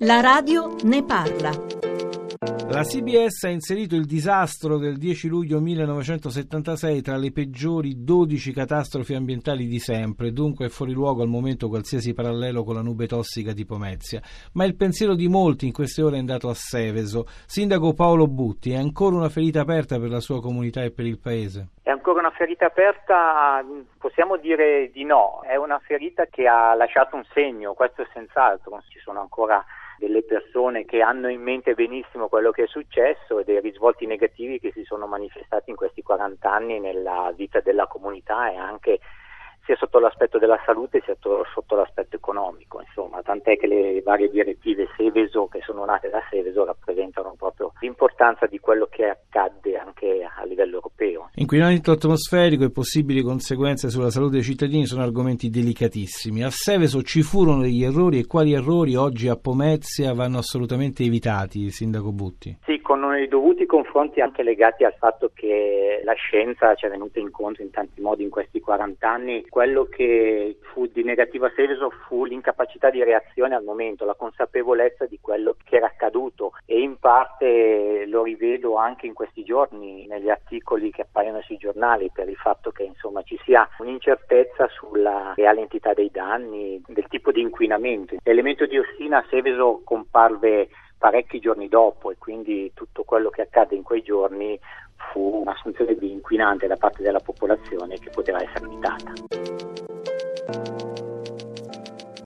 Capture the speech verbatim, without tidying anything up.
La radio ne parla. La C B S ha inserito il disastro del dieci luglio millenovecentosettantasei tra le peggiori dodici catastrofi ambientali di sempre, dunque è fuori luogo al momento qualsiasi parallelo con la nube tossica di Pomezia. Ma il pensiero di molti in queste ore è andato a Seveso. Sindaco Paolo Butti, è ancora una ferita aperta per la sua comunità e per il paese? È ancora una ferita aperta? Possiamo dire di no, è una ferita che ha lasciato un segno, questo è senz'altro. Ci sono ancora delle persone che hanno in mente benissimo quello che è successo e dei risvolti negativi che si sono manifestati in questi quaranta anni nella vita della comunità e anche sia sotto l'aspetto della salute sia sotto l'aspetto economico, insomma, tant'è che le varie direttive Seveso che sono nate da Seveso rappresentano proprio l'importanza di quello che accadde anche a livello europeo. Inquinamento atmosferico e possibili conseguenze sulla salute dei cittadini sono argomenti delicatissimi. A Seveso ci furono degli errori e quali errori oggi a Pomezia vanno assolutamente evitati, Sindaco Butti? Sì, con i dovuti confronti anche legati al fatto che la scienza ci è venuta incontro in tanti modi in questi quaranta anni. Quello che fu di negativo a Seveso fu l'incapacità di reazione al momento, la consapevolezza di quello che era accaduto e in parte lo rivedo anche in questi giorni negli articoli che appaiono sui giornali per il fatto che insomma ci sia un'incertezza sulla reale entità dei danni, del tipo di inquinamento. L'elemento diossina a Seveso comparve parecchi giorni dopo e quindi tutto quello che accadde in quei giorni fu un'assunzione di inquinante da parte della popolazione che poteva essere evitata.